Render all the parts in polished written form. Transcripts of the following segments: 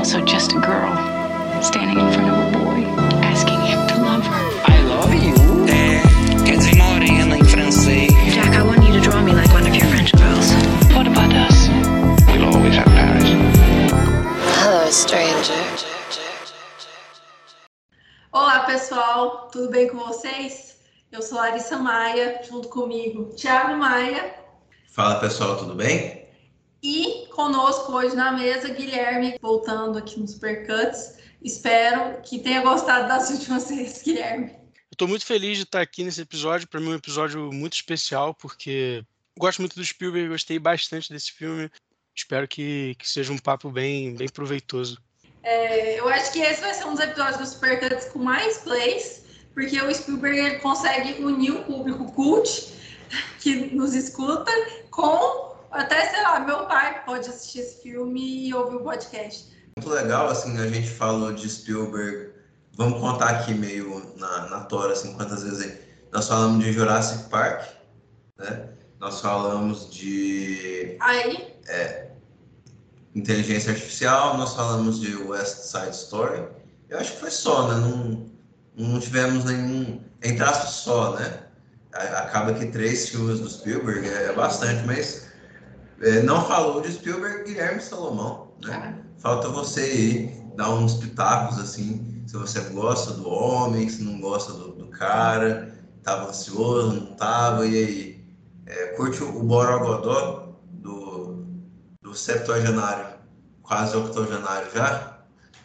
also just a girl standing in front of a boy, asking him to love her. I love you. Quer dizer morena em francês. Jack, I want you to draw me like one of your French girls. What about us? We'll always have Paris. Hello, stranger. Olá, pessoal, tudo bem com vocês? Eu sou Larissa Maia, junto comigo, Thiago Maia. Fala, pessoal, tudo bem? E conosco hoje na mesa, Guilherme, voltando aqui no Supercuts. Espero que tenha gostado das últimas vezes, Guilherme. Eu tô muito feliz de estar aqui nesse episódio. Para mim é um episódio muito especial, porque gosto muito do Spielberg, gostei bastante desse filme. Espero que seja um papo bem proveitoso. Eu acho que esse vai ser um dos episódios do Supercuts com mais plays, porque o Spielberg ele consegue unir o público cult que nos escuta com, até, sei lá, meu pai pode assistir esse filme e ouvir o podcast. Muito legal, assim, a gente falou de Spielberg, vamos contar aqui meio na tora, assim, quantas vezes nós falamos de Jurassic Park, né? Nós falamos de Inteligência Artificial, nós falamos de West Side Story. Eu acho que foi só, né? Não tivemos nenhum, entre aspas, só, né? Acaba que 3 filmes do Spielberg é bastante, mas não falou de Spielberg, Guilherme Salomão, né? Falta você aí dar uns pitacos, assim, se você gosta do homem, se não gosta do cara, tava ansioso, não tava, e aí? Curte o Borogodó do septuagenário, quase octogenário já?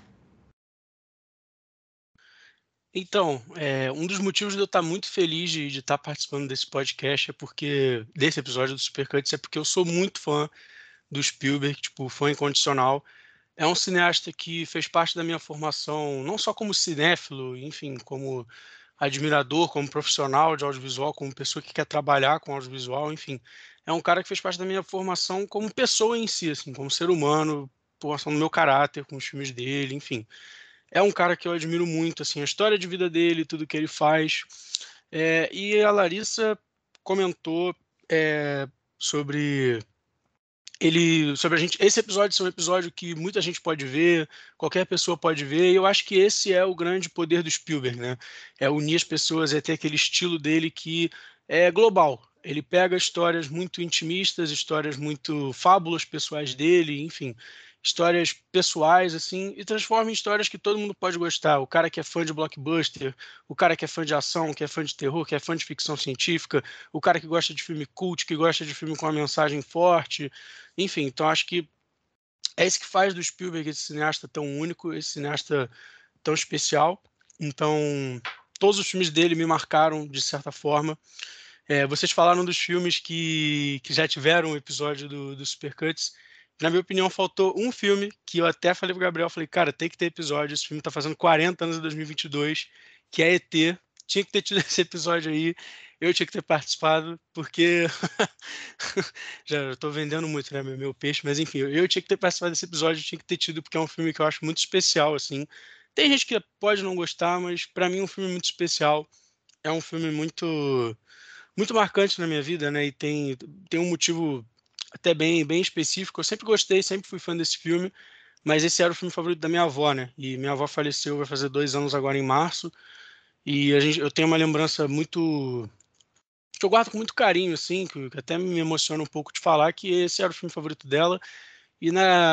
Então, um dos motivos de eu estar muito feliz de estar participando desse podcast desse episódio do Supercuts, é porque eu sou muito fã do Spielberg, tipo, fã incondicional. É um cineasta que fez parte da minha formação, não só como cinéfilo, enfim, como admirador, como profissional de audiovisual, como pessoa que quer trabalhar com audiovisual, enfim. É um cara que fez parte da minha formação como pessoa em si, assim, como ser humano, formação do meu caráter, com os filmes dele, enfim. É um cara que eu admiro muito, assim, a história de vida dele, tudo que ele faz. E a Larissa comentou sobre a gente. Esse episódio é um episódio que muita gente pode ver, qualquer pessoa pode ver, e eu acho que esse é o grande poder do Spielberg, né? É unir as pessoas, é ter aquele estilo dele que é global. Ele pega histórias muito intimistas, histórias muito fábulas pessoais dele, enfim, histórias pessoais, assim, e transforma em histórias que todo mundo pode gostar. O cara que é fã de blockbuster, o cara que é fã de ação, que é fã de terror, que é fã de ficção científica, o cara que gosta de filme cult, que gosta de filme com uma mensagem forte. Enfim, então acho que é isso que faz do Spielberg esse cineasta tão único, esse cineasta tão especial. Então, todos os filmes dele me marcaram de certa forma. Vocês falaram dos filmes que já tiveram um episódio do Supercuts. Na minha opinião, faltou um filme que eu até falei pro Gabriel, falei, cara, tem que ter episódio, esse filme tá fazendo 40 anos em 2022, que é ET. Tinha que ter tido esse episódio aí, eu tinha que ter participado, porque já estou vendendo muito, né, meu peixe, mas enfim, eu tinha que ter participado desse episódio, tinha que ter tido, porque é um filme que eu acho muito especial, assim. Tem gente que pode não gostar, mas para mim é um filme muito especial, é um filme muito marcante na minha vida, né, e tem um motivo até bem específico. Eu sempre gostei, sempre fui fã desse filme, mas esse era o filme favorito da minha avó, né, e minha avó faleceu, vai fazer 2 anos agora em março, e eu tenho uma lembrança muito que eu guardo com muito carinho, assim, que até me emociona um pouco de falar, que esse era o filme favorito dela. E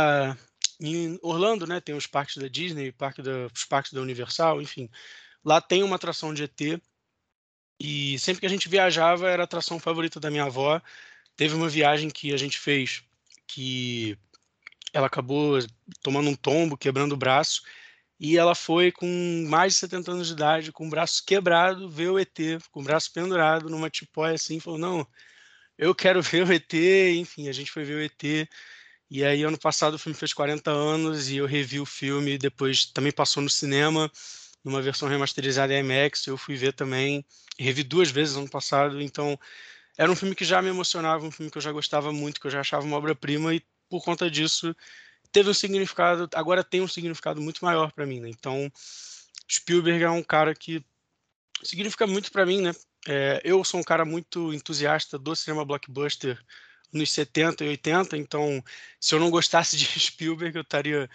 em Orlando, né, tem os parques da Disney, os parques da Universal, enfim. Lá tem uma atração de ET, e sempre que a gente viajava era a atração favorita da minha avó. Teve uma viagem que a gente fez que ela acabou tomando um tombo, quebrando o braço, e ela foi com mais de 70 anos de idade, com o braço quebrado, ver o ET, com o braço pendurado numa tipóia assim, falou, não, eu quero ver o ET, enfim, a gente foi ver o ET, e aí ano passado o filme fez 40 anos, e eu revi o filme, depois também passou no cinema, numa versão remasterizada em IMAX, eu fui ver também, e revi 2 vezes ano passado, então era um filme que já me emocionava, um filme que eu já gostava muito, que eu já achava uma obra-prima, e por conta disso teve um significado, agora tem um significado muito maior para mim, né? Então, Spielberg é um cara que significa muito para mim, né? Eu sou um cara muito entusiasta do cinema blockbuster nos 70 e 80, então se eu não gostasse de Spielberg, eu estaria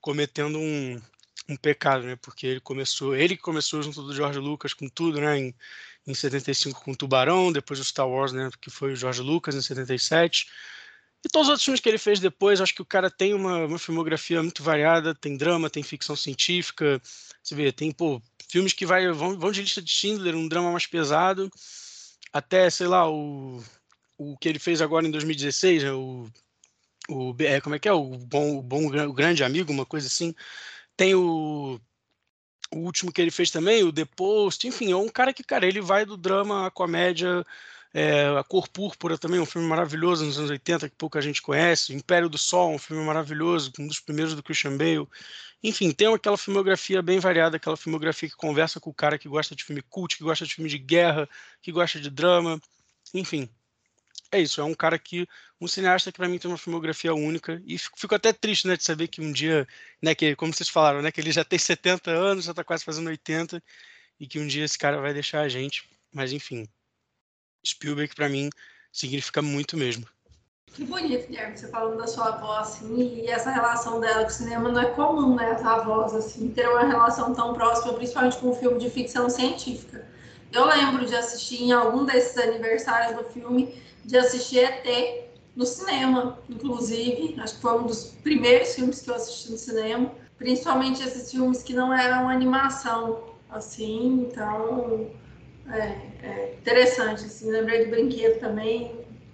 cometendo um pecado, né? Porque ele começou junto do George Lucas com tudo, né? Em 75 com Tubarão, depois o Star Wars, né? Que foi o George Lucas em 77. E todos os outros filmes que ele fez depois, acho que o cara tem uma filmografia muito variada, tem drama, tem ficção científica, você vê, tem, filmes que vão de Lista de Schindler, um drama mais pesado, até, sei lá, o que ele fez agora em 2016, né, como é que é? O Grande Amigo, uma coisa assim. Tem o último que ele fez também, o The Post, enfim, é um cara que, cara, ele vai do drama à comédia, A Cor Púrpura também, um filme maravilhoso nos anos 80 que pouca gente conhece, Império do Sol, um filme maravilhoso, um dos primeiros do Christian Bale. Enfim, tem aquela filmografia bem variada, aquela filmografia que conversa com o cara que gosta de filme cult, que gosta de filme de guerra, que gosta de drama, enfim. É isso, é um cineasta que para mim tem uma filmografia única, e fico até triste, né, de saber que um dia, né, que, como vocês falaram, né, que ele já tem 70 anos, já está quase fazendo 80, e que um dia esse cara vai deixar a gente, mas enfim, Spielberg para mim significa muito mesmo. Que bonito, Guilherme, você falando da sua avó, assim, e essa relação dela com o cinema não é comum, né, as avós, assim, ter uma relação tão próxima, principalmente com um filme de ficção científica. Eu lembro de assistir em algum desses aniversários do filme, de assistir ET no cinema, inclusive. Acho que foi um dos primeiros filmes que eu assisti no cinema. Principalmente esses filmes que não eram animação, assim. Então, interessante. Assim, lembrei do Brinquedo também.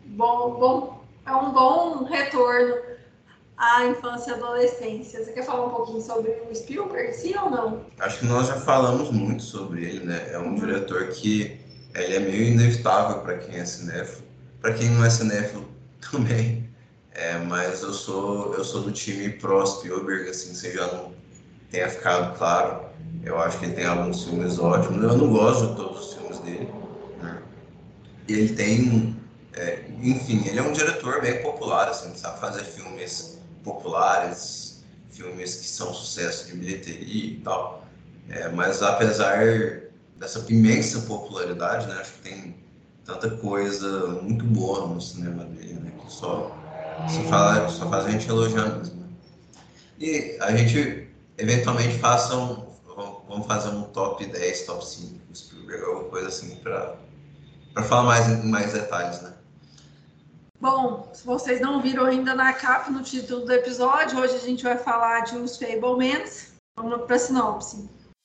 É um bom retorno à infância e adolescência. Você quer falar um pouquinho sobre o Spielberg, sim ou não? Acho que nós já falamos muito sobre ele, né? É um diretor que ele é meio inevitável para quem é cinéfilo. Para quem não é cinéfilo também, mas eu sou do time pró-Spielberg, assim, se já não tenha ficado claro. Eu acho que ele tem alguns filmes ótimos. Eu não gosto de todos os filmes dele, né? Ele tem, enfim, ele é um diretor bem popular, assim, sabe fazer filmes populares, filmes que são sucesso de bilheteria e tal. Mas apesar dessa imensa popularidade, né, acho que tem tanta coisa muito boa no cinema dele, né, que só faz a gente elogiar mesmo. E a gente eventualmente vamos fazer um top 10, top 5 do Spielberg, alguma coisa assim, para falar mais detalhes, né? Bom, se vocês não viram ainda na capa, no título do episódio, hoje a gente vai falar de Os Fabelmans. Vamos para a sinopse.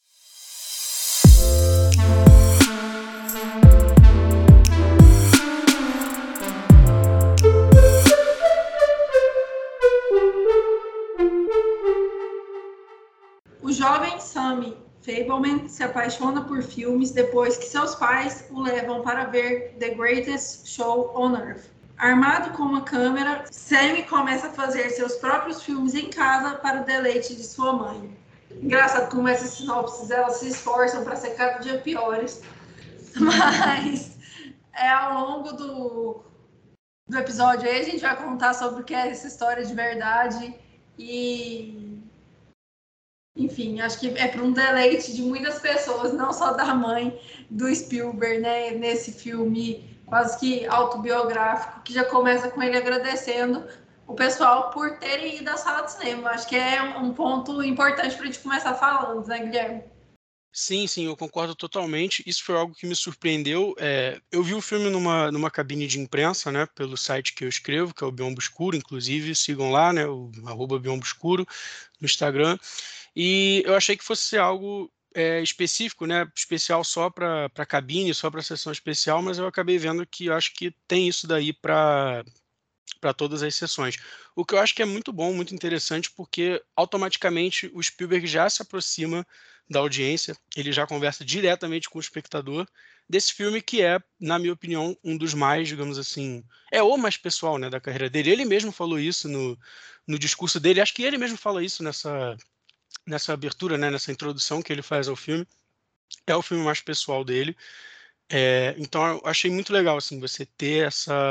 O jovem Sammy Fabelman se apaixona por filmes depois que seus pais o levam para ver The Greatest Show on Earth. Armado com uma câmera, Sammy começa a fazer seus próprios filmes em casa para o deleite de sua mãe. Engraçado como essas sinopses, elas se esforçam para ser cada dia piores. Mas ao longo do episódio aí a gente vai contar sobre o que é essa história de verdade e... Enfim, acho que é para um deleite de muitas pessoas, não só da mãe do Spielberg, né? Nesse filme quase que autobiográfico, que já começa com ele agradecendo o pessoal por terem ido à sala de cinema. Acho que é um ponto importante para a gente começar falando, né, Guilherme? Sim, eu concordo totalmente. Isso foi algo que me surpreendeu. Eu vi o filme numa cabine de imprensa, né, pelo site que eu escrevo, que é o Biombo Escuro, inclusive, sigam lá, né, o @Biombo Escuro no Instagram. E eu achei que fosse ser algo específico, né, especial só para cabine, só para sessão especial, mas eu acabei vendo que eu acho que tem isso daí para todas as sessões. O que eu acho que é muito bom, muito interessante, porque automaticamente o Spielberg já se aproxima da audiência, ele já conversa diretamente com o espectador desse filme que é, na minha opinião, um dos mais, digamos assim, o mais pessoal, né, da carreira dele. Ele mesmo falou isso no discurso dele, acho que ele mesmo fala isso nessa abertura, né, nessa introdução que ele faz ao filme. É o filme mais pessoal dele. Então eu achei muito legal assim, você ter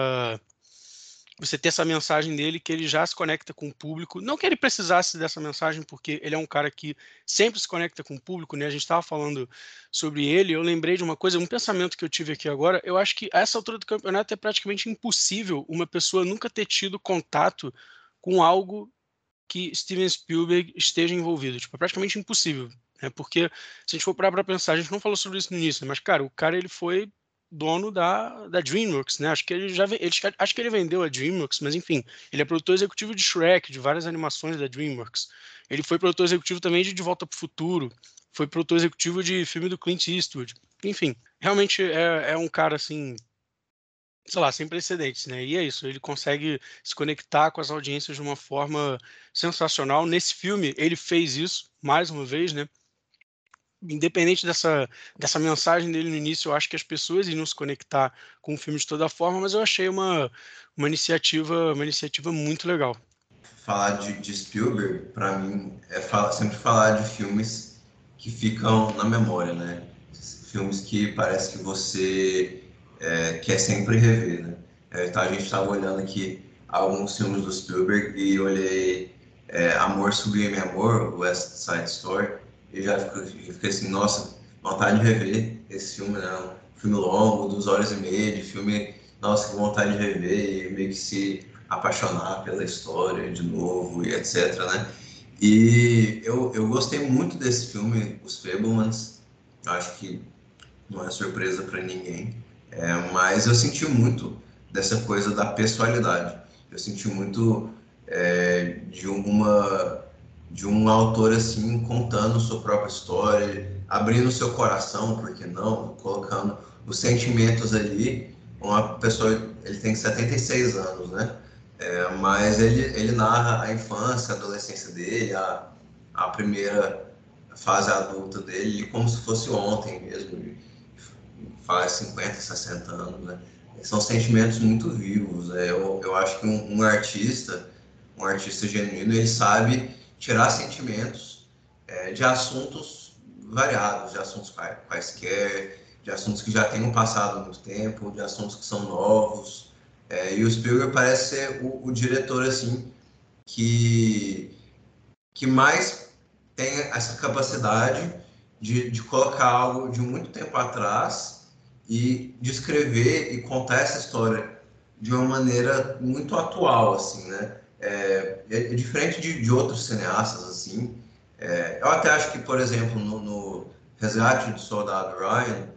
essa mensagem dele, que ele já se conecta com o público. Não que ele precisasse dessa mensagem, porque ele é um cara que sempre se conecta com o público, né? A gente estava falando sobre ele, eu lembrei de uma coisa, um pensamento que eu tive aqui agora. Eu acho que a essa altura do campeonato é praticamente impossível uma pessoa nunca ter tido contato com algo que Steven Spielberg esteja envolvido. Tipo, é praticamente impossível, né? Porque se a gente for parar para pensar, a gente não falou sobre isso no início, mas, cara, o cara ele foi dono da DreamWorks, né? Acho que acho que ele vendeu a DreamWorks, mas enfim, ele é produtor executivo de Shrek, de várias animações da DreamWorks. Ele foi produtor executivo também de Volta para o Futuro, foi produtor executivo de filme do Clint Eastwood. Enfim, realmente é um cara assim, sei lá, sem precedentes, né? E é isso, ele consegue se conectar com as audiências de uma forma sensacional. Nesse filme, ele fez isso, mais uma vez, né? Independente dessa mensagem dele no início, eu acho que as pessoas iriam se conectar com o filme de toda forma, mas eu achei uma iniciativa muito legal. Falar de Spielberg, para mim, é sempre falar de filmes que ficam na memória, né? Filmes que parece que você quer sempre rever, né? Então a gente estava olhando aqui alguns filmes do Spielberg e olhei Amor Sublime Amor, West Side Story, e já fiquei assim, nossa, vontade de rever esse filme, né? Um filme longo, 2 horas e meia de filme, nossa, que vontade de rever e meio que se apaixonar pela história de novo e etc, né? E eu gostei muito desse filme, Os Fabelmans, acho que não é surpresa para ninguém, mas eu senti muito dessa coisa da pessoalidade, eu senti muito de um autor assim contando sua própria história, abrindo seu coração, por que não, colocando os sentimentos ali. Uma pessoa, ele tem 76 anos, né? Mas ele narra a infância, a adolescência dele, a primeira fase adulta dele, como se fosse ontem mesmo, faz 50, 60 anos, né? São sentimentos muito vivos, né? Eu acho que um artista genuíno, ele sabe tirar sentimentos de assuntos variados, de assuntos quaisquer, de assuntos que já tenham passado muito tempo, de assuntos que são novos. E o Spielberg parece ser o diretor assim que mais tem essa capacidade de colocar algo de muito tempo atrás e descrever e contar essa história de uma maneira muito atual, assim, né? É diferente de outros cineastas, assim. Eu até acho que, por exemplo, no Resgate do Soldado Ryan,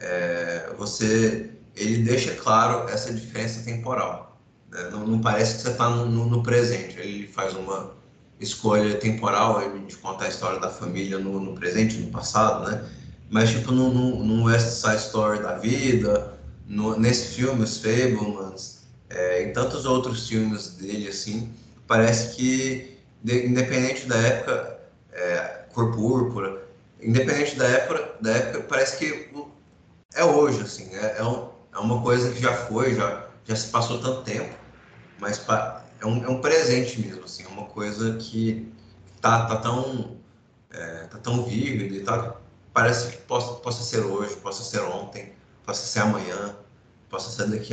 ele deixa claro essa diferença temporal, né? Não parece que você está no presente. Ele faz uma escolha temporal de contar a história da família no presente, no passado, né? Mas tipo no West Side Story da vida, nesse filme Os Fabelmans, em tantos outros filmes dele assim, parece que independente da época, Cor Púrpura, independente da época parece que é hoje, assim, é uma coisa que já foi, já se passou tanto tempo, mas é um presente mesmo, assim, é uma coisa que tá tão vívida e tá, parece que possa ser hoje, possa ser ontem, possa ser amanhã, possa ser daqui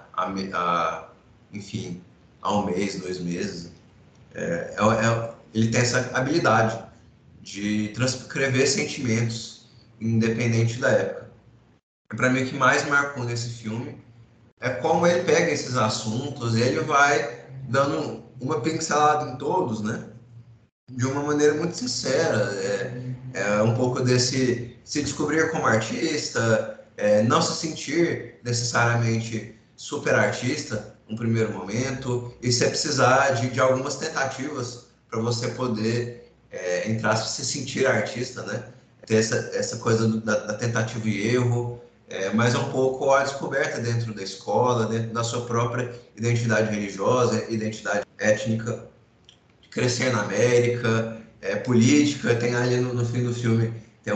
enfim, a um mês, 2 meses. Ele tem essa habilidade de transcrever sentimentos, independente da época. Para mim, o que mais marcou nesse filme é como ele pega esses assuntos e ele vai dando uma pincelada em todos, né? De uma maneira muito sincera. Um pouco desse se descobrir como artista, não se sentir necessariamente super artista no primeiro momento, e se precisar de algumas tentativas para você poder, entrar, se sentir artista, né? Ter essa coisa da tentativa e erro, mas é um pouco a descoberta dentro da escola, dentro da sua própria identidade religiosa, identidade étnica, crescer na América, política. Tem ali no fim do filme, tem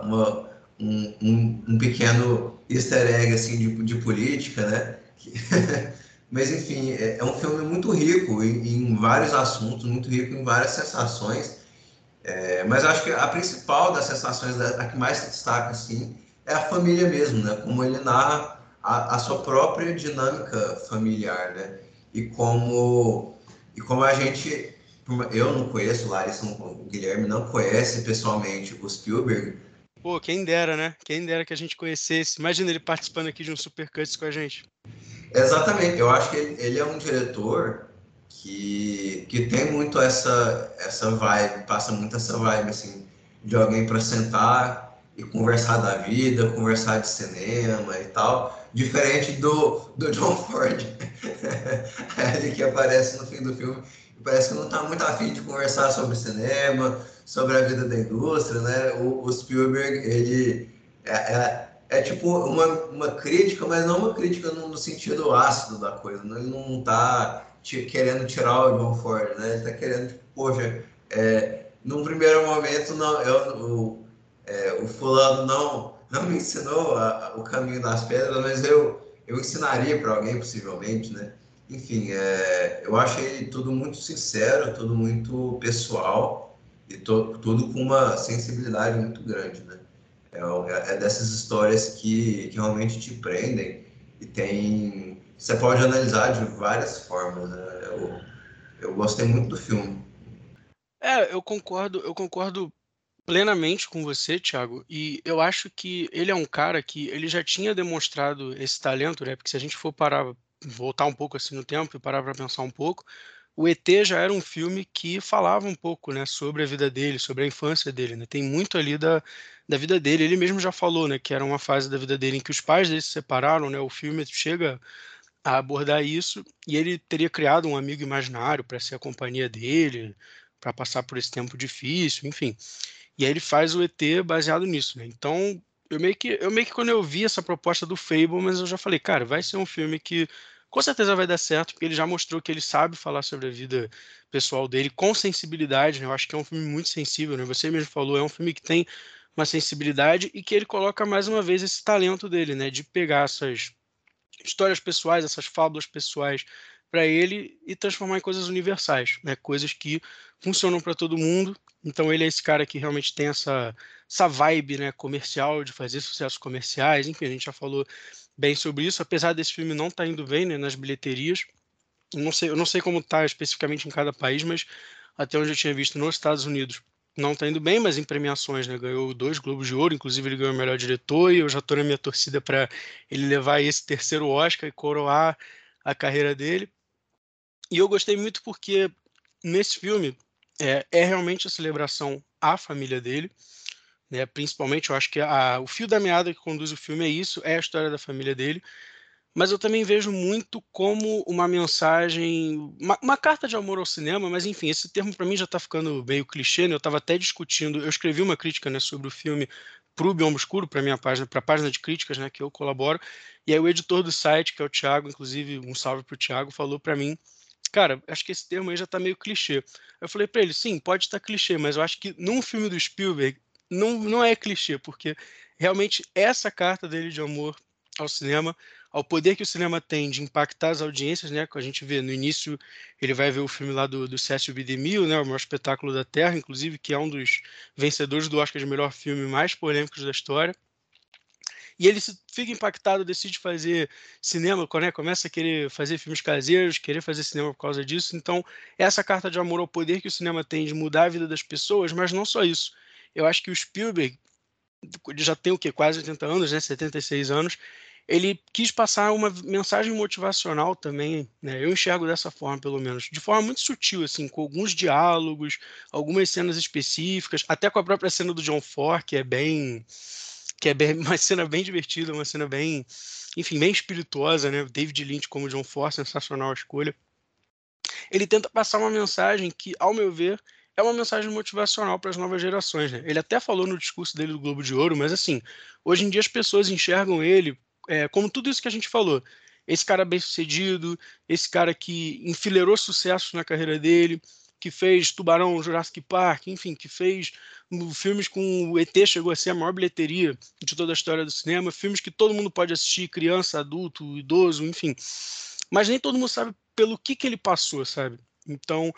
um pequeno easter egg assim, de política, né? Mas enfim, é um filme muito rico em vários assuntos, muito rico em várias sensações. Mas acho que a principal das sensações, a que mais se destaca, assim, é a família mesmo, né? Como ele narra a sua própria dinâmica familiar, né? E como a gente, eu não conheço, Larissa, o Guilherme não conhece pessoalmente o Spielberg. Pô, quem dera, né? Quem dera que a gente conhecesse. Imagina ele participando aqui de um Supercuts com a gente. Exatamente, eu acho que ele é um diretor que tem muito essa vibe, passa muito essa vibe, assim, de alguém para sentar e conversar da vida, conversar de cinema e tal, diferente do John Ford, ele que aparece no fim do filme, parece que não está muito afim de conversar sobre cinema, sobre a vida da indústria, né? O Spielberg, ele é tipo uma crítica, mas não uma crítica no sentido ácido da coisa, né? Ele não está querendo tirar o John Ford, né? Ele está querendo, tipo, poxa, num primeiro momento, não, o fulano não me ensinou o caminho das pedras, mas eu ensinaria para alguém, possivelmente, né? Enfim, eu achei tudo muito sincero, tudo muito pessoal e tudo com uma sensibilidade muito grande, né? É dessas histórias que realmente te prendem e você pode analisar de várias formas, né? Eu gostei muito do filme. Eu concordo plenamente com você, Thiago, e eu acho que ele é um cara que ele já tinha demonstrado esse talento, né? Porque se a gente for parar, voltar um pouco assim no tempo e parar para pensar um pouco, o ET já era um filme que falava um pouco, né, sobre a vida dele, sobre a infância dele, né? Tem muito ali da vida dele. Ele mesmo já falou, né, que era uma fase da vida dele em que os pais dele se separaram, né? O filme chega a abordar isso e ele teria criado um amigo imaginário para ser a companhia dele, para passar por esse tempo difícil, enfim. E aí ele faz o ET baseado nisso, né? Então, eu meio que quando eu vi essa proposta do Fablemans, eu já falei, cara, vai ser um filme que com certeza vai dar certo, porque ele já mostrou que ele sabe falar sobre a vida pessoal dele com sensibilidade, né? Eu acho que é um filme muito sensível, né? Você mesmo falou, é um filme que tem uma sensibilidade e que ele coloca mais uma vez esse talento dele, né? De pegar essas histórias pessoais, essas fábulas pessoais para ele e transformar em coisas universais, né? Coisas que funcionam para todo mundo. Então ele é esse cara que realmente tem essa vibe, né, comercial, de fazer sucessos comerciais. Enfim, a gente já falou bem sobre isso, apesar desse filme não estar indo bem, né, nas bilheterias. Eu não sei como está especificamente em cada país, mas até onde eu tinha visto nos Estados Unidos não está indo bem, mas em premiações, né, ganhou 2 Globos de Ouro, inclusive ele ganhou o melhor diretor, e eu já estou na minha torcida para ele levar esse terceiro Oscar e coroar a carreira dele. E eu gostei muito porque nesse filme é realmente a celebração à família dele, né? Principalmente, eu acho que o fio da meada que conduz o filme é isso, é a história da família dele. Mas eu também vejo muito como uma mensagem, uma carta de amor ao cinema, mas enfim, esse termo para mim já está ficando meio clichê, né? Eu estava até discutindo, eu escrevi uma crítica, né, sobre o filme para o Biombo Escuro, para minha página, para a página de críticas, né, que eu colaboro, e aí o editor do site, que é o Thiago, inclusive um salve para o Thiago, falou para mim, cara, acho que esse termo aí já está meio clichê. Eu falei para ele, sim, pode estar clichê, mas eu acho que num filme do Spielberg não é clichê, porque realmente essa carta dele de amor ao cinema, ao poder que o cinema tem de impactar as audiências, né? Que a gente vê no início, ele vai ver o filme lá do Cecil B. DeMille, né? O maior espetáculo da Terra, inclusive, que é um dos vencedores do Oscar de melhor filme mais polêmicos da história. E ele fica impactado, decide fazer cinema, né? Começa a querer fazer filmes caseiros, querer fazer cinema por causa disso. Então, essa carta de amor ao poder que o cinema tem de mudar a vida das pessoas, mas não só isso. Eu acho que o Spielberg, ele já tem o quê? Quase 80 anos, né? 76 anos. Ele quis passar uma mensagem motivacional também, né? Eu enxergo dessa forma, pelo menos, de forma muito sutil, assim, com alguns diálogos, algumas cenas específicas, até com a própria cena do John Ford, que é bem uma cena bem divertida, uma cena bem, enfim, bem espirituosa, né? David Lynch como John Ford, sensacional a escolha. Ele tenta passar uma mensagem que, ao meu ver, é uma mensagem motivacional para as novas gerações, né? Ele até falou no discurso dele do Globo de Ouro, mas assim, hoje em dia as pessoas enxergam ele como tudo isso que a gente falou. Esse cara bem-sucedido, esse cara que enfileirou sucesso na carreira dele, que fez Tubarão, Jurassic Park, enfim, que fez filmes com o ET, chegou a ser a maior bilheteria de toda a história do cinema, filmes que todo mundo pode assistir, criança, adulto, idoso, enfim. Mas nem todo mundo sabe pelo que ele passou, sabe? Então,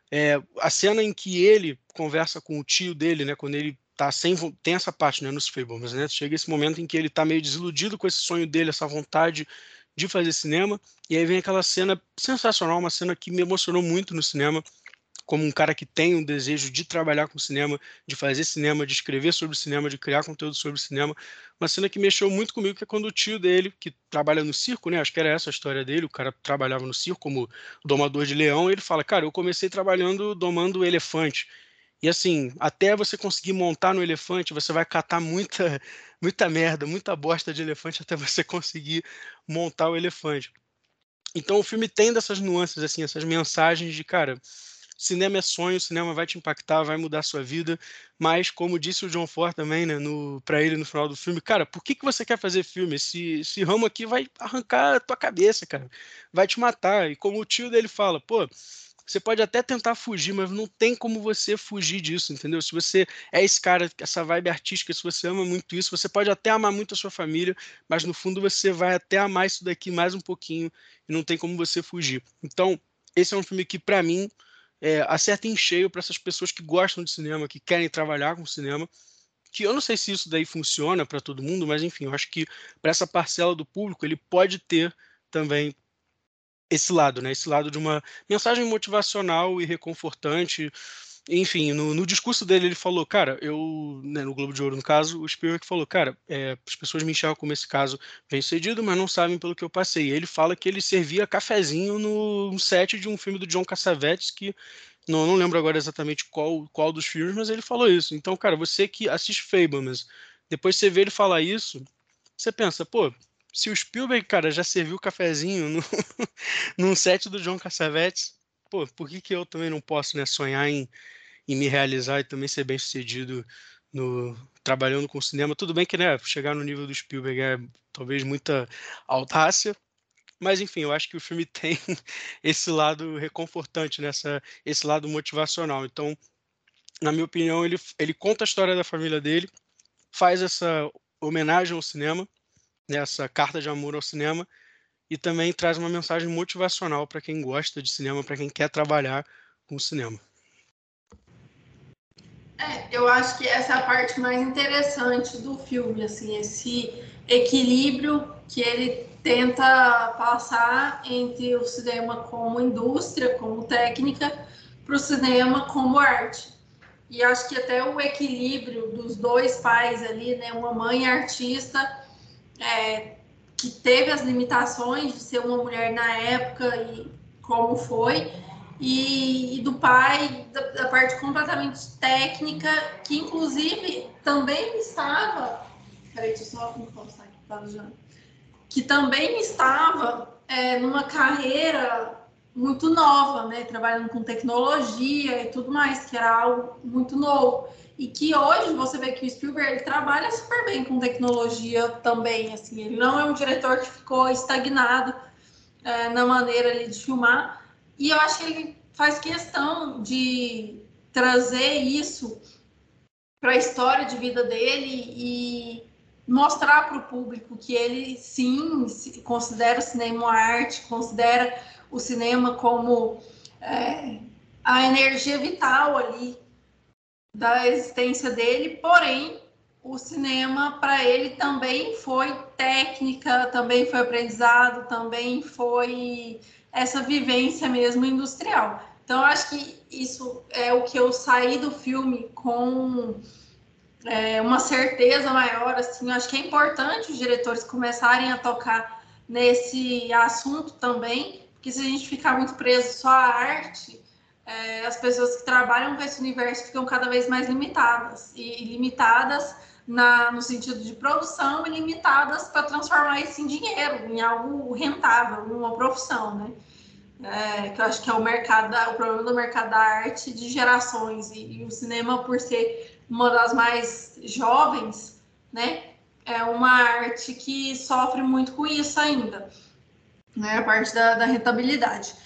a cena em que ele conversa com o tio dele, né, quando ele tá tem essa parte, né, nos Fablemans, né, chega esse momento em que ele tá meio desiludido com esse sonho dele, essa vontade de fazer cinema, e aí vem aquela cena sensacional, uma cena que me emocionou muito no cinema, como um cara que tem um desejo de trabalhar com cinema, de fazer cinema, de escrever sobre cinema, de criar conteúdo sobre cinema. Uma cena que mexeu muito comigo, que é quando o tio dele, que trabalha no circo, né? Acho que era essa a história dele, o cara trabalhava no circo como domador de leão, e ele fala, cara, eu comecei trabalhando domando elefante. E assim, até você conseguir montar no elefante, você vai catar muita merda, muita bosta de elefante até você conseguir montar o elefante. Então o filme tem dessas nuances, assim, essas mensagens de, cara, cinema é sonho, cinema vai te impactar, vai mudar a sua vida, mas como disse o John Ford também, né, pra ele no final do filme, cara, por que você quer fazer filme? Esse ramo aqui vai arrancar a tua cabeça, cara, vai te matar. E como o tio dele fala, pô, você pode até tentar fugir, mas não tem como você fugir disso, entendeu? Se você é esse cara, essa vibe artística, se você ama muito isso, você pode até amar muito a sua família, mas no fundo você vai até amar isso daqui mais um pouquinho e não tem como você fugir. Então, esse é um filme que, para mim, acerta em cheio para essas pessoas que gostam de cinema, que querem trabalhar com cinema, que eu não sei se isso daí funciona para todo mundo, mas enfim, eu acho que para essa parcela do público ele pode ter também esse lado, né? Esse lado de uma mensagem motivacional e reconfortante. Enfim, no discurso dele ele falou, cara, né, no Globo de Ouro no caso, o Spielberg falou, cara, as pessoas me enxergam como esse caso bem-sucedido, mas não sabem pelo que eu passei. E ele fala que ele servia cafezinho no set de um filme do John Cassavetes, que não lembro agora exatamente qual dos filmes, mas ele falou isso. Então, cara, você que assiste Fabelmans, depois você vê ele falar isso, você pensa, pô, se o Spielberg, cara, já serviu cafezinho num set do John Cassavetes, pô, por que eu também não posso, né, sonhar em me realizar e também ser bem-sucedido trabalhando com cinema? Tudo bem que, né, chegar no nível do Spielberg é talvez muita audácia, mas enfim, eu acho que o filme tem esse lado reconfortante, né, esse lado motivacional. Então, na minha opinião, ele conta a história da família dele, faz essa homenagem ao cinema, né, essa carta de amor ao cinema, e também traz uma mensagem motivacional para quem gosta de cinema, para quem quer trabalhar com cinema. Eu acho que essa é a parte mais interessante do filme, assim, esse equilíbrio que ele tenta passar entre o cinema como indústria, como técnica, para o cinema como arte. E acho que até o equilíbrio dos dois pais ali, né, uma mãe artista, que teve as limitações de ser uma mulher na época e como foi, e do pai, da parte completamente técnica, que inclusive também estava, peraí, deixa eu só encostar aqui, tá usando, que também estava numa carreira muito nova, né, trabalhando com tecnologia e tudo mais, que era algo muito novo. E que hoje você vê que o Spielberg ele trabalha super bem com tecnologia também, assim, ele não é um diretor que ficou estagnado na maneira ali de filmar, e eu acho que ele faz questão de trazer isso para a história de vida dele e mostrar para o público que ele sim considera o cinema uma arte, considera o cinema como a energia vital ali da existência dele, porém o cinema para ele também foi técnica, também foi aprendizado, também foi essa vivência mesmo industrial. Então eu acho que isso é o que eu saí do filme com uma certeza maior, assim, eu acho que é importante os diretores começarem a tocar nesse assunto também, porque se a gente ficar muito preso só à arte, as pessoas que trabalham com esse universo ficam cada vez mais limitadas, e limitadas no sentido de produção, e limitadas para transformar isso em dinheiro, em algo rentável, em uma profissão, né? Que eu acho que é o problema do mercado da arte de gerações, e o cinema, por ser uma das mais jovens, né, é uma arte que sofre muito com isso ainda, né, a parte da rentabilidade.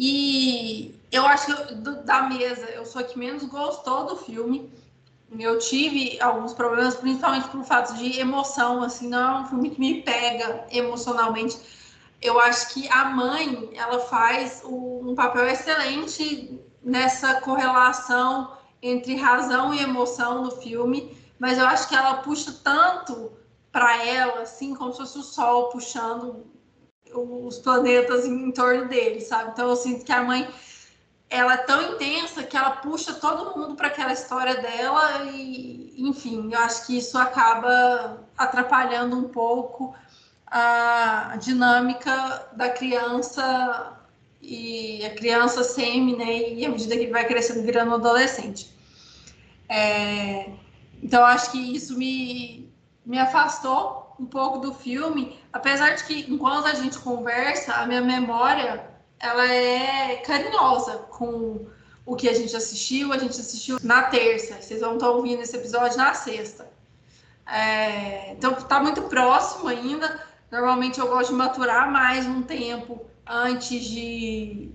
E eu acho que da mesa, eu sou a que menos gostou do filme. Eu tive alguns problemas, principalmente por fato de emoção, assim, não é um filme que me pega emocionalmente. Eu acho que a mãe, ela faz um papel excelente nessa correlação entre razão e emoção no filme, mas eu acho que ela puxa tanto para ela, assim, como se fosse o sol puxando os planetas em torno dele, sabe? Então eu sinto que a mãe ela é tão intensa que ela puxa todo mundo para aquela história dela e, enfim, eu acho que isso acaba atrapalhando um pouco a dinâmica da criança e a criança semi, né, e à medida que vai crescendo, virando adolescente. Então, eu acho que isso me afastou um pouco do filme, apesar de que, enquanto a gente conversa, a minha memória, ela é carinhosa com o que a gente assistiu. A gente assistiu na terça, vocês vão estar ouvindo esse episódio na sexta. Então, tá muito próximo ainda. Normalmente, eu gosto de maturar mais um tempo antes de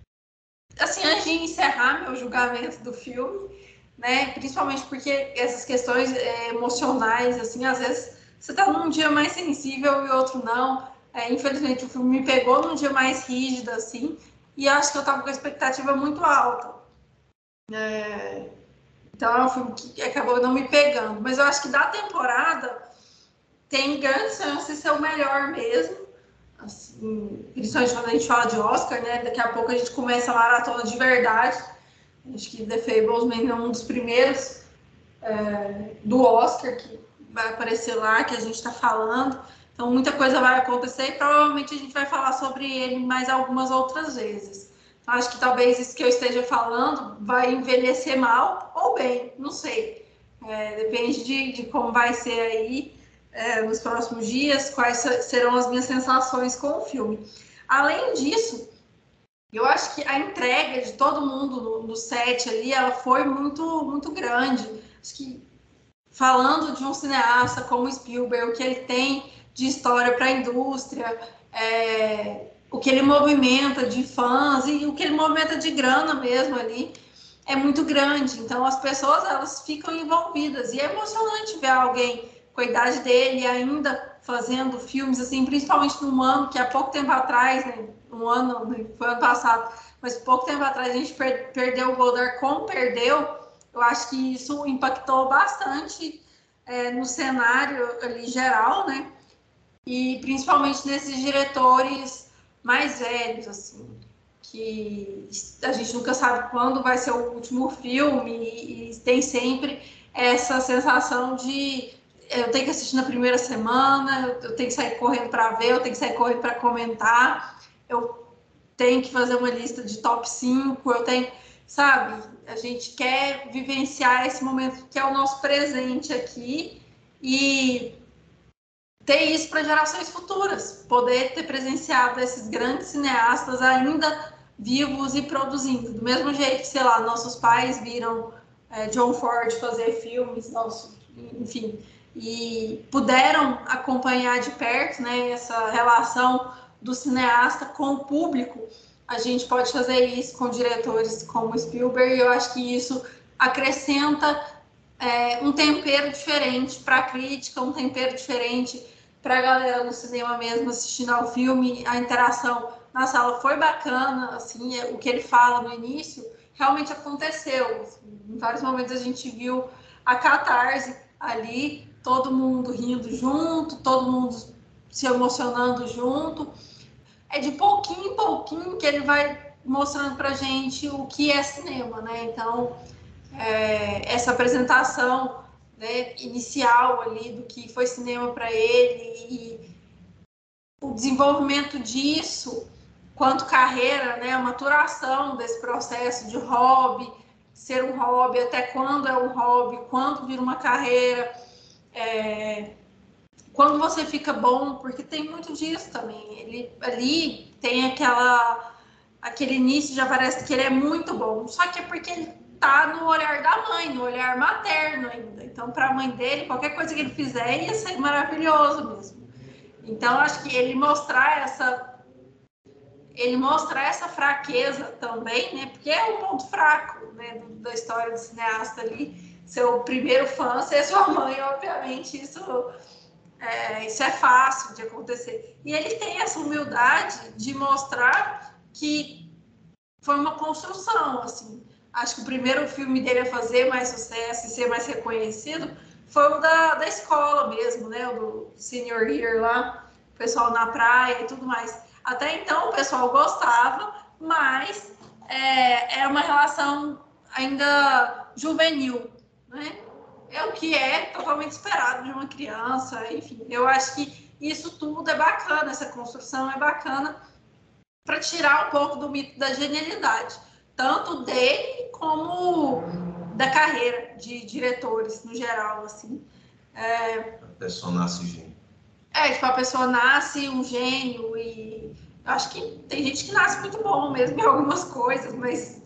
encerrar meu julgamento do filme, né? Principalmente porque essas questões emocionais, assim, às vezes você tá num dia mais sensível e outro não. Infelizmente, o filme me pegou num dia mais rígido, assim, e acho que eu tava com a expectativa muito alta. Então, é um filme que acabou não me pegando. Mas eu acho que da temporada tem grandes chances de ser o melhor mesmo. Assim, principalmente quando a gente fala de Oscar, né? Daqui a pouco a gente começa a maratona de verdade. Acho que The Fabelmans é um dos primeiros do Oscar que vai aparecer lá, que a gente está falando. Então, muita coisa vai acontecer e provavelmente a gente vai falar sobre ele mais algumas outras vezes. Então, acho que talvez isso que eu esteja falando vai envelhecer mal ou bem, não sei. Depende de como vai ser aí nos próximos dias, quais serão as minhas sensações com o filme. Além disso, eu acho que a entrega de todo mundo no set ali, ela foi muito, muito grande. Acho que falando de um cineasta como Spielberg, o que ele tem de história para a indústria, o que ele movimenta de fãs e o que ele movimenta de grana mesmo ali, é muito grande. Então, as pessoas, elas ficam envolvidas. E é emocionante ver alguém com a idade dele ainda fazendo filmes, assim, principalmente num ano que há pouco tempo atrás, né, foi ano passado, mas pouco tempo atrás a gente perdeu o Godard como perdeu. Eu acho que isso impactou bastante no cenário ali geral, né? E principalmente nesses diretores mais velhos, assim, que a gente nunca sabe quando vai ser o último filme e tem sempre essa sensação de eu tenho que assistir na primeira semana, eu tenho que sair correndo para ver, eu tenho que sair correndo para comentar, eu tenho que fazer uma lista de top 5, eu tenho, sabe? A gente quer vivenciar esse momento que é o nosso presente aqui e ter isso para gerações futuras, poder ter presenciado esses grandes cineastas ainda vivos e produzindo. Do mesmo jeito que, sei lá, nossos pais viram John Ford fazer filmes, enfim, e puderam acompanhar de perto, né, essa relação do cineasta com o público. A gente pode fazer isso com diretores como Spielberg, e eu acho que isso acrescenta um tempero diferente para a crítica, um tempero diferente para a galera no cinema mesmo assistindo ao filme. A interação na sala foi bacana, assim, o que ele fala no início realmente aconteceu. Em vários momentos a gente viu a catarse ali, todo mundo rindo junto, todo mundo se emocionando junto. É de pouquinho em pouquinho que ele vai mostrando pra gente o que é cinema, né? Então, essa apresentação, né, inicial ali do que foi cinema para ele e o desenvolvimento disso quanto carreira, né, a maturação desse processo de hobby, ser um hobby, até quando é um hobby, quando vira uma carreira, quando você fica bom, porque tem muito disso também. Ele ali tem aquele início, já parece que ele é muito bom, só que é porque ele tá no olhar da mãe, no olhar materno ainda. Então, para a mãe dele, qualquer coisa que ele fizer ia ser maravilhoso mesmo. Então, acho que ele mostrar essa fraqueza também, né? Porque é um ponto fraco, né, da história do cineasta ali. Seu primeiro fã ser sua mãe, obviamente, isso é fácil de acontecer. E ele tem essa humildade de mostrar que foi uma construção, assim. Acho que o primeiro filme dele a fazer mais sucesso e ser mais reconhecido foi o da escola mesmo, né? O do Senior Year lá, o pessoal na praia e tudo mais. Até então o pessoal gostava, mas é uma relação ainda juvenil, né? É o que é totalmente esperado de uma criança, enfim. Eu acho que isso tudo é bacana, essa construção é bacana para tirar um pouco do mito da genialidade, tanto dele como da carreira de diretores, no geral, assim. A pessoa nasce gênio. Tipo, a pessoa nasce um gênio e eu acho que tem gente que nasce muito bom mesmo em algumas coisas, mas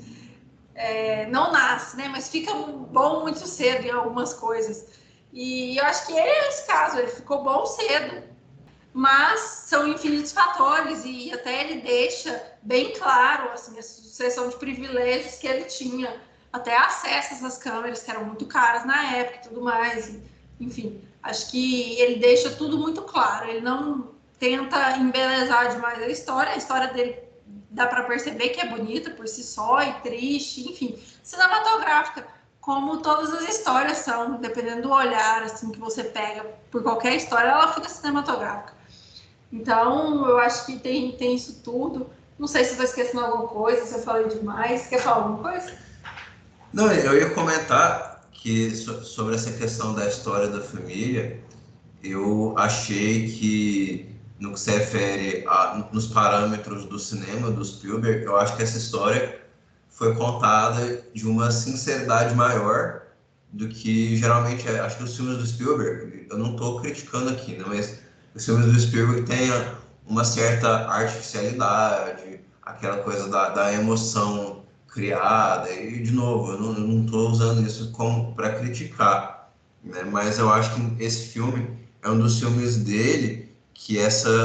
não nasce, né? Mas fica bom muito cedo em algumas coisas. E eu acho que ele é esse caso, ele ficou bom cedo. Mas são infinitos fatores e até ele deixa bem claro assim, a sucessão de privilégios que ele tinha, até acesso a essas câmeras que eram muito caras na época e tudo mais. E, enfim, acho que ele deixa tudo muito claro, ele não tenta embelezar demais a história dele dá para perceber que é bonita por si só e triste, enfim, cinematográfica, como todas as histórias são, dependendo do olhar assim, que você pega por qualquer história, ela fica cinematográfica. Então, eu acho que tem isso tudo. Não sei se eu estou esquecendo alguma coisa, se eu falei demais. Quer falar alguma coisa? Não, eu ia comentar que sobre essa questão da história da família, eu achei que, no que se refere nos parâmetros do cinema, do Spielberg, eu acho que essa história foi contada de uma sinceridade maior do que geralmente é. Acho que os filmes do Spielberg, eu não estou criticando aqui, né, mas os filmes do Spielberg têm uma certa artificialidade, aquela coisa da emoção criada, e, de novo, eu não estou usando isso como para criticar, né? Mas eu acho que esse filme é um dos filmes dele que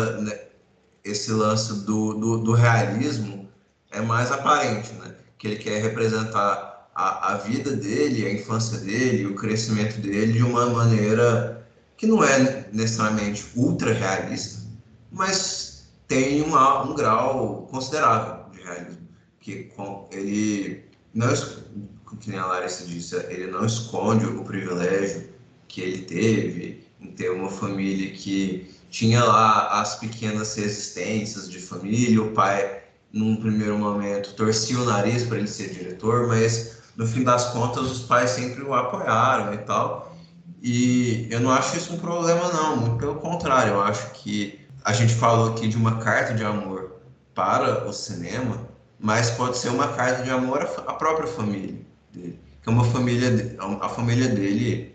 esse lance do realismo é mais aparente, né? Que ele quer representar a vida dele, a infância dele, o crescimento dele de uma maneira que não é necessariamente ultra realista, mas tem um grau considerável de realismo, que ele não, que nem a Larissa disse, ele não esconde o privilégio que ele teve em ter uma família que tinha lá as pequenas resistências de família. O pai, num primeiro momento, torcia o nariz para ele ser diretor, mas no fim das contas os pais sempre o apoiaram e tal. E eu não acho isso um problema, não, muito pelo contrário. Eu acho que a gente falou aqui de uma carta de amor para o cinema, mas pode ser uma carta de amor à própria família dele, que é uma família, a família dele,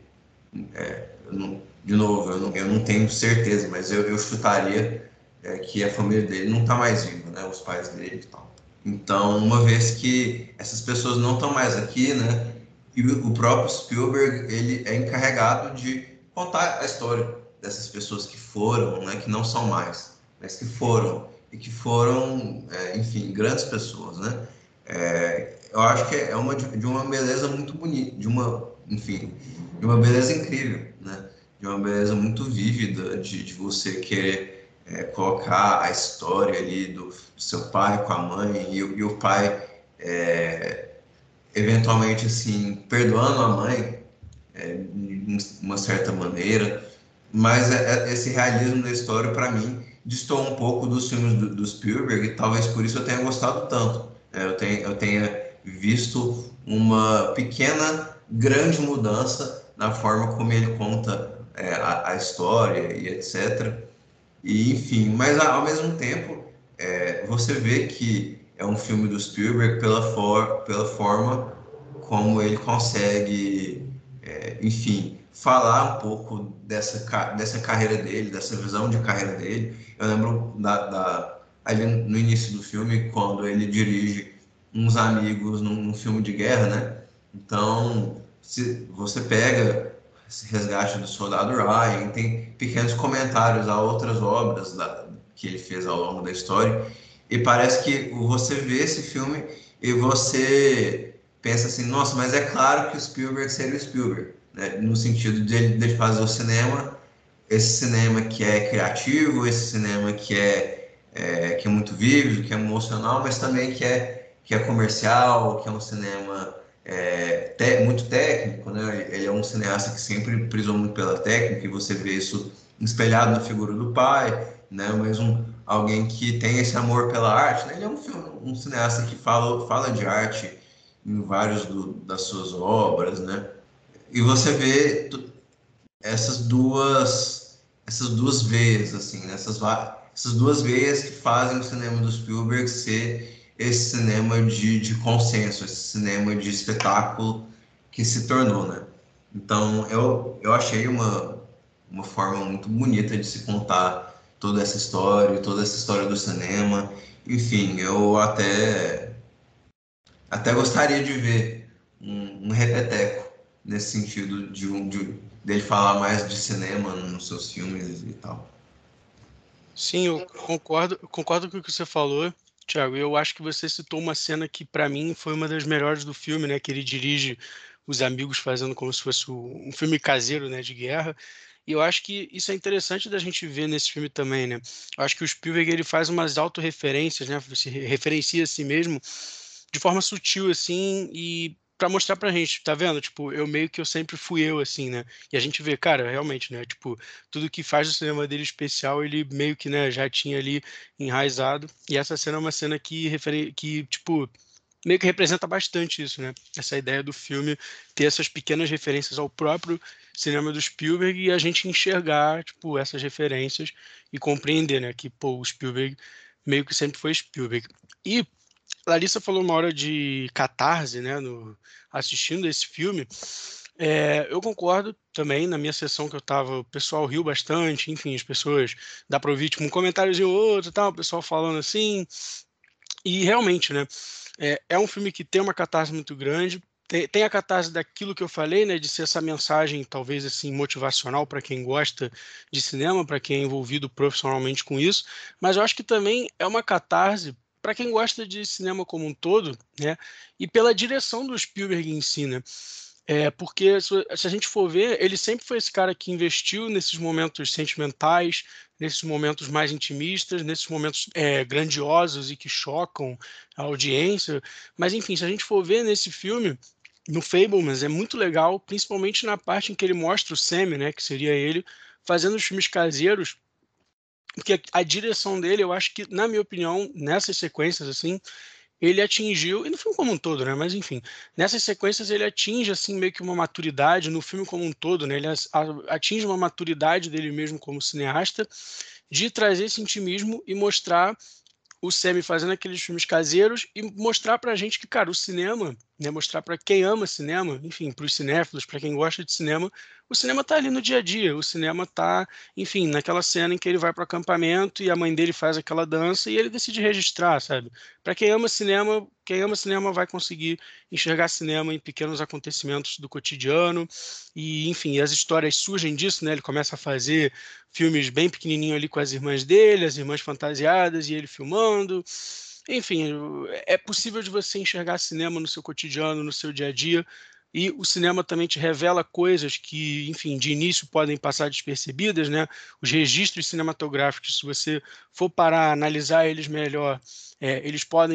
de novo, eu não tenho certeza, mas eu chutaria que a família dele não está mais viva, né, os pais dele e tal. Então, uma vez que essas pessoas não estão mais aqui, né, e o próprio Spielberg, ele é encarregado de contar a história dessas pessoas que foram, né, que não são mais, mas que foram, e que foram, enfim, grandes pessoas, né? Eu acho que é de uma beleza muito bonita, de uma beleza incrível, né? De uma beleza muito vívida, de você querer colocar a história ali do seu pai com a mãe, e o pai, eventualmente, assim, perdoando a mãe, de uma certa maneira. Mas esse realismo da história, para mim, destoa um pouco dos filmes do Spielberg, e talvez por isso eu tenha gostado tanto. Eu tenha visto uma pequena, grande mudança na forma como ele conta a história e etc. E, enfim, mas ao mesmo tempo, você vê que é um filme do Spielberg pela forma como ele consegue, enfim, falar um pouco dessa carreira dele, dessa visão de carreira dele. Eu lembro ali no início do filme, quando ele dirige uns amigos num filme de guerra, né? Então, se você pega esse Resgate do Soldado Ryan, tem pequenos comentários a outras obras que ele fez ao longo da história, e parece que você vê esse filme e você pensa assim, nossa, mas é claro que o Spielberg seria o Spielberg, né? No sentido de fazer o cinema, esse cinema que é criativo, esse cinema que é muito vívido, que é emocional, mas também que é comercial, que é um cinema muito técnico, né? Ele é um cineasta que sempre prisou muito pela técnica, e você vê isso espelhado na figura do pai, né? Mas alguém que tem esse amor pela arte, né? Ele é um cineasta que fala de arte em vários das suas obras, né? E você vê essas duas veias, assim, né? Essas duas veias que fazem o cinema do Spielberg ser esse cinema de consenso, esse cinema de espetáculo que se tornou, né? Então, eu achei uma forma muito bonita de se contar toda essa história do cinema. Enfim, eu até gostaria de ver um repeteco nesse sentido dele falar mais de cinema nos seus filmes e tal. Sim, eu concordo com o que você falou, Thiago. Eu acho que você citou uma cena que, para mim, foi uma das melhores do filme, né? Que ele dirige os amigos fazendo como se fosse um filme caseiro, né? De guerra. E eu acho que isso é interessante da gente ver nesse filme também, né? Eu acho que o Spielberg ele faz umas autorreferências, né? Se referencia a si mesmo de forma sutil, assim, e para mostrar pra gente, tá vendo? Tipo, eu sempre fui eu, assim, né? E a gente vê, cara, realmente, né? Tipo, tudo que faz o cinema dele especial, ele meio que, né, já tinha ali enraizado. E essa cena é uma cena que tipo, meio que representa bastante isso, né? Essa ideia do filme ter essas pequenas referências ao próprio cinema do Spielberg e a gente enxergar, tipo, essas referências e compreender, né? Que, pô, o Spielberg meio que sempre foi Spielberg. E Larissa falou uma hora de catarse, né, assistindo esse filme. Eu concordo também, na minha sessão que eu tava, o pessoal riu bastante, enfim, as pessoas, dá pra ouvir tipo, um comentáriozinho ou outro, tal, o pessoal falando assim, e realmente, né, é um filme que tem uma catarse muito grande, tem a catarse daquilo que eu falei, né, de ser essa mensagem, talvez assim, motivacional para quem gosta de cinema, para quem é envolvido profissionalmente com isso, mas eu acho que também é uma catarse para quem gosta de cinema como um todo, né, e pela direção do Spielberg em si, né, porque se a gente for ver, ele sempre foi esse cara que investiu nesses momentos sentimentais, nesses momentos mais intimistas, nesses momentos grandiosos e que chocam a audiência. Mas enfim, se a gente for ver nesse filme, no Fabelmans, é muito legal, principalmente na parte em que ele mostra o Sammy, né, que seria ele, fazendo os filmes caseiros, porque a direção dele, eu acho que, na minha opinião, nessas sequências, assim, ele atingiu, e no filme como um todo, né? Mas enfim, nessas sequências ele atinge assim meio que uma maturidade no filme como um todo, né? Ele atinge uma maturidade dele mesmo como cineasta de trazer esse intimismo e mostrar o Sammy fazendo aqueles filmes caseiros e mostrar pra gente que, cara, o cinema, né, mostrar pra quem ama cinema, enfim, pros cinéfilos, pra quem gosta de cinema, o cinema tá ali no dia a dia, o cinema tá, enfim, naquela cena em que ele vai pro acampamento e a mãe dele faz aquela dança e ele decide registrar, sabe? Pra quem ama cinema vai conseguir enxergar cinema em pequenos acontecimentos do cotidiano e, enfim, as histórias surgem disso, né? Ele começa a fazer filmes bem pequenininho ali com as irmãs dele, as irmãs fantasiadas e ele filmando. Enfim, é possível de você enxergar cinema no seu cotidiano, no seu dia a dia, e o cinema também te revela coisas que, enfim, de início podem passar despercebidas, né? Os registros cinematográficos, se você for parar a analisar eles melhor, eles podem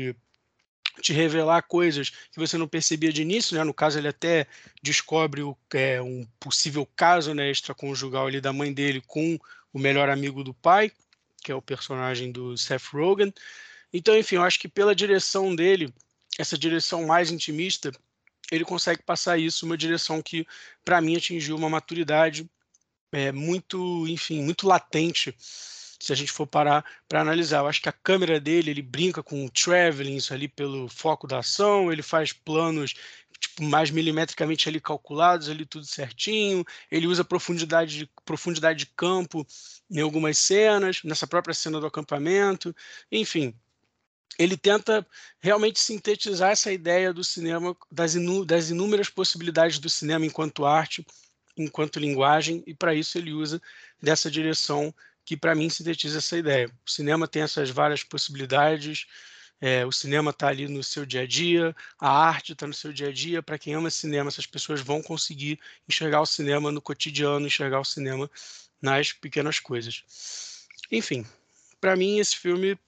te revelar coisas que você não percebia de início, né? No caso, ele até descobre um possível caso, né, extraconjugal ali da mãe dele com o melhor amigo do pai, que é o personagem do Seth Rogen. Então, enfim, eu acho que pela direção dele, essa direção mais intimista, ele consegue passar isso, uma direção que, para mim, atingiu uma maturidade muito, enfim, muito latente, se a gente for parar para analisar. Eu acho que a câmera dele, ele brinca com o traveling ali pelo foco da ação, ele faz planos tipo, mais milimetricamente ali calculados, ali tudo certinho, ele usa profundidade de campo em algumas cenas, nessa própria cena do acampamento, enfim. Ele tenta realmente sintetizar essa ideia do cinema, das inúmeras possibilidades do cinema enquanto arte, enquanto linguagem, e para isso ele usa dessa direção que, para mim, sintetiza essa ideia. O cinema tem essas várias possibilidades, o cinema está ali no seu dia a dia, a arte está no seu dia a dia. Para quem ama cinema, essas pessoas vão conseguir enxergar o cinema no cotidiano, enxergar o cinema nas pequenas coisas. Enfim, para mim, esse filme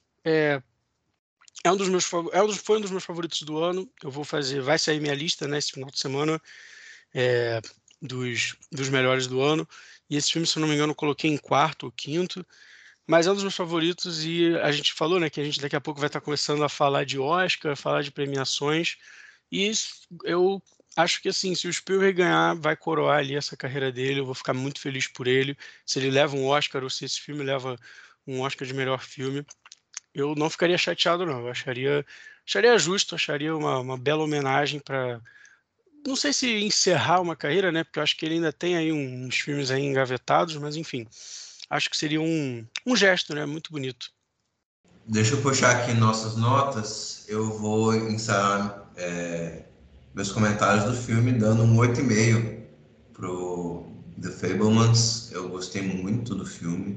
foi um dos meus favoritos do ano. Vai sair minha lista, né, esse final de semana, dos melhores do ano. E esse filme, se eu não me engano, eu coloquei em quarto ou quinto. Mas é um dos meus favoritos e a gente falou, né, que a gente daqui a pouco vai estar começando a falar de Oscar, falar de premiações. E eu acho que, assim, se o Spielberg ganhar, vai coroar ali essa carreira dele. Eu vou ficar muito feliz por ele. Se ele leva um Oscar ou se esse filme leva um Oscar de melhor filme, eu não ficaria chateado, não. Eu acharia justo, acharia uma bela homenagem para, não sei se encerrar uma carreira, né? Porque eu acho que ele ainda tem aí uns filmes aí engavetados, mas enfim, acho que seria um gesto, né? Muito bonito. Deixa eu puxar aqui nossas notas. Eu vou encerrar meus comentários do filme dando um 8,5 pro The Fabelmans. Eu gostei muito do filme.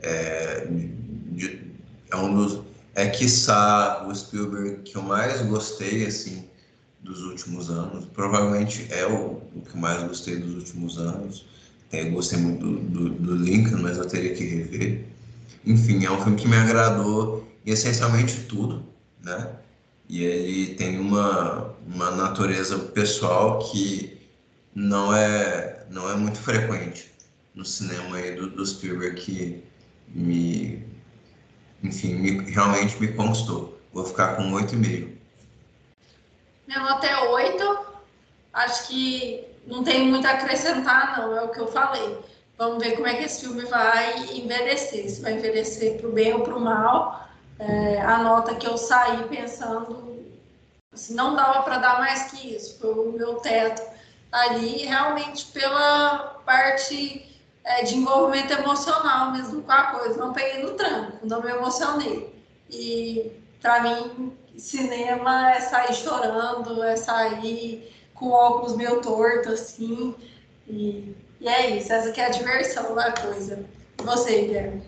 Quiçá o Spielberg que eu mais gostei, assim, dos últimos anos. Provavelmente é o que mais gostei dos últimos anos. Eu gostei muito do Lincoln, mas eu teria que rever. Enfim, é um filme que me agradou em essencialmente tudo, né? E ele tem uma natureza pessoal que não é muito frequente no cinema aí do Spielberg, que realmente me conquistou. Vou ficar com 8,5. Minha nota é 8. Acho que não tem muito a acrescentar, não. É o que eu falei. Vamos ver como é que esse filme vai envelhecer. Se vai envelhecer para o bem ou para o mal. A nota que eu saí pensando, assim, não dava para dar mais que isso. Foi o meu teto ali, realmente pela parte de envolvimento emocional mesmo com a coisa. Não peguei no tranco, não me emocionei. E para mim, cinema é sair chorando, é sair com óculos meio torto, assim. E é isso, essa que é a diversão da coisa. E você, Guilherme?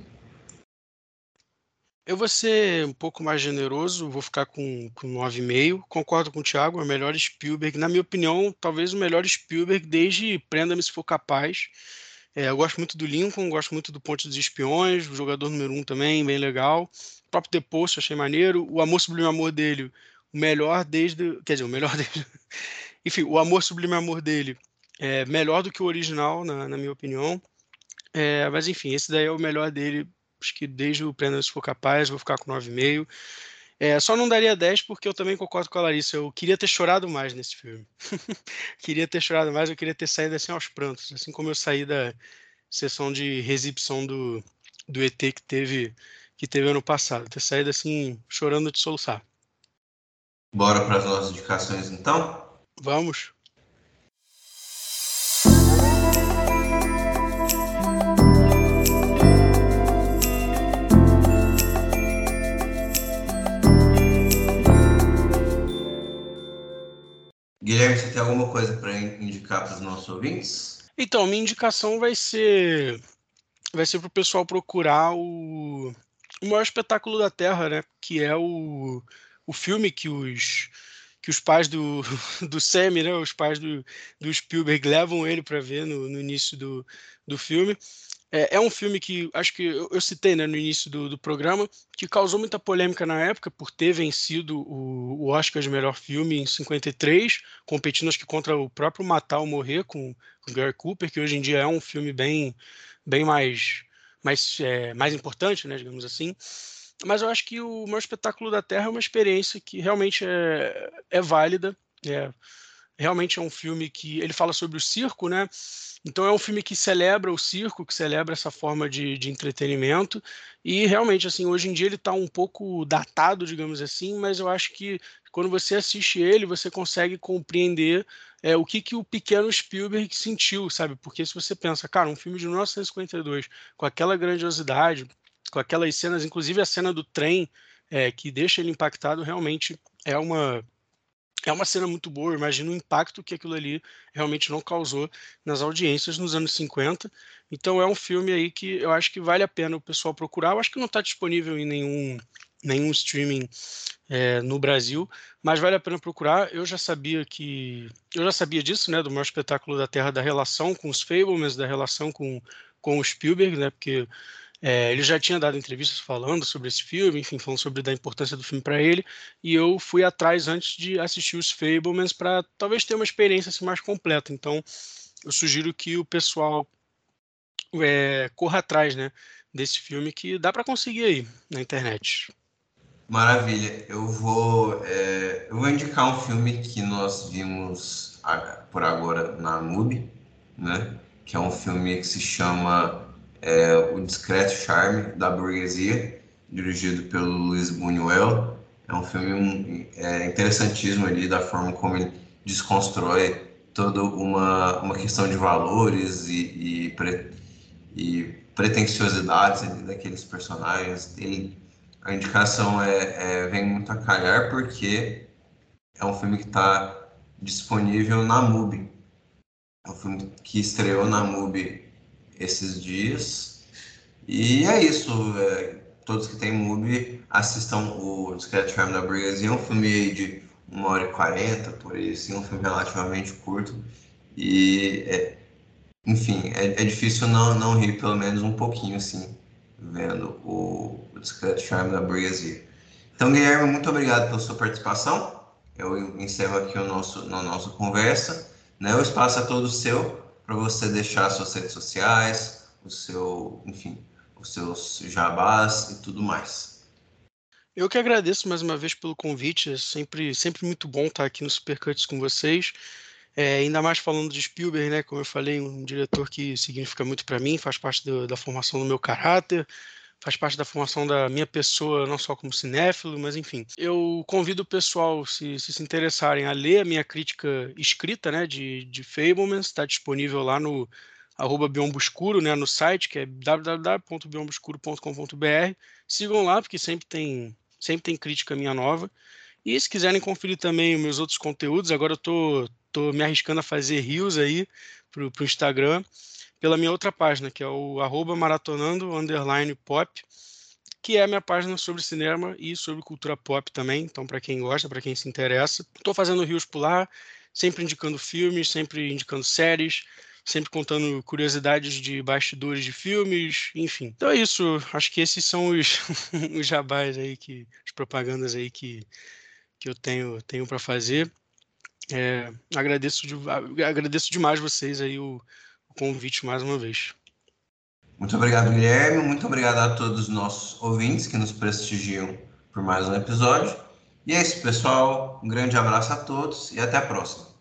Eu vou ser um pouco mais generoso, vou ficar com 9,5. Concordo com o Thiago, é o melhor Spielberg. Na minha opinião, talvez o melhor Spielberg desde Prenda-me se for capaz. Eu gosto muito do Lincoln, gosto muito do Ponte dos Espiões, o Jogador Número 1 também, bem legal. O próprio The Post, achei maneiro. O Amor Sublime Amor dele, o melhor desde... Quer dizer, o melhor desde... Enfim, o Amor Sublime Amor dele é melhor do que o original, na minha opinião. Mas enfim, esse daí é o melhor dele. Acho que desde o Prenda-me se for capaz, vou ficar com 9,5. Só não daria 10 porque eu também concordo com a Larissa. Eu queria ter chorado mais nesse filme. Queria ter chorado mais, eu queria ter saído assim aos prantos. Assim como eu saí da sessão de reexibição do ET que teve ano passado. Ter saído assim, chorando de soluçar. Bora para as nossas indicações, então? Vamos. Guilherme, você tem alguma coisa para indicar para os nossos ouvintes? Então, minha indicação vai ser para o pessoal procurar o maior espetáculo da Terra, né? Que é o filme que os pais do Sam, né? Os pais do Spielberg levam ele para ver no início do filme. É um filme que, acho que eu citei, né, no início do programa, que causou muita polêmica na época por ter vencido o Oscar de melhor filme em 53, competindo acho que contra o próprio Matar ou Morrer com Gary Cooper, que hoje em dia é um filme bem mais importante, né, digamos assim. Mas eu acho que o maior espetáculo da Terra é uma experiência que realmente é válida. Realmente é um filme que ele fala sobre o circo, né? Então é um filme que celebra o circo, que celebra essa forma de entretenimento. E realmente, assim, hoje em dia ele está um pouco datado, digamos assim, mas eu acho que quando você assiste ele, você consegue compreender o que o pequeno Spielberg sentiu, sabe? Porque se você pensa, cara, um filme de 1952, com aquela grandiosidade, com aquelas cenas, inclusive a cena do trem, que deixa ele impactado, realmente é uma cena muito boa. Eu imagino o impacto que aquilo ali realmente não causou nas audiências nos anos 50. Então é um filme aí que eu acho que vale a pena o pessoal procurar. Eu acho que não está disponível em nenhum streaming no Brasil, mas vale a pena procurar. Eu já sabia disso, né, do maior espetáculo da Terra, da relação com os Fabelmans, da relação com o Spielberg, né, porque ele já tinha dado entrevistas falando sobre esse filme, enfim, falando sobre a importância do filme para ele, e eu fui atrás antes de assistir os Fabelmans para talvez ter uma experiência assim, mais completa. Então, eu sugiro que o pessoal corra atrás, né, desse filme que dá para conseguir aí na internet. Maravilha. Eu vou indicar um filme que nós vimos por agora na MUBI, né? Que é um filme que se chama O Discreto Charme da Burguesia, dirigido pelo Luiz Buñuel. É um filme interessantíssimo ali, da forma como ele desconstrói toda uma questão de valores e pretensiosidades ali daqueles personagens. A indicação vem muito a calhar porque é um filme que está disponível na MUBI. É um filme que estreou na MUBI esses dias. E é isso. Todos que têm MUBI assistam o Discreto Charme da Burguesia. É um filme de 1h40, por aí, assim, um filme relativamente curto. E, enfim, é difícil não rir pelo menos um pouquinho, assim, vendo o Discreto Charme da Burguesia. Então, Guilherme, muito obrigado pela sua participação. Eu encerro aqui a nossa conversa. Né? O espaço é todo seu para você deixar suas redes sociais, os seus jabás e tudo mais. Eu que agradeço mais uma vez pelo convite. É sempre muito bom estar aqui no Supercuts com vocês. Ainda mais falando de Spielberg, né? Como eu falei, um diretor que significa muito para mim, faz parte da formação do meu caráter, faz parte da formação da minha pessoa, não só como cinéfilo, mas enfim. Eu convido o pessoal, se interessarem, a ler a minha crítica escrita, né, de Fabelmans. Está disponível lá no @biomboscuro, né, no site, que é www.biomboscuro.com.br. Sigam lá, porque sempre tem crítica minha nova. E se quiserem conferir também os meus outros conteúdos, agora eu tô me arriscando a fazer reels aí pro Instagram, pela minha outra página, que é o @maratonando_pop, que é a minha página sobre cinema e sobre cultura pop também. Então, para quem gosta, para quem se interessa, estou fazendo reels por lá, sempre indicando filmes, sempre indicando séries, sempre contando curiosidades de bastidores de filmes, enfim. Então é isso, acho que esses são os jabás aí, as propagandas aí que eu tenho para fazer. Agradeço demais vocês aí o convite mais uma vez. Muito obrigado, Guilherme. Muito obrigado a todos os nossos ouvintes que nos prestigiam por mais um episódio. E é isso, pessoal. Um grande abraço a todos e até a próxima.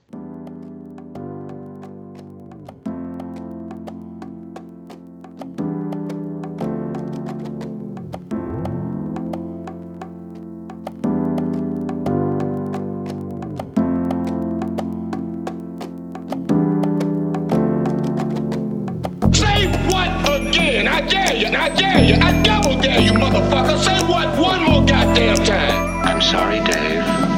I dare you, I double dare you, motherfucker. Say what one more goddamn time. I'm sorry, Dave.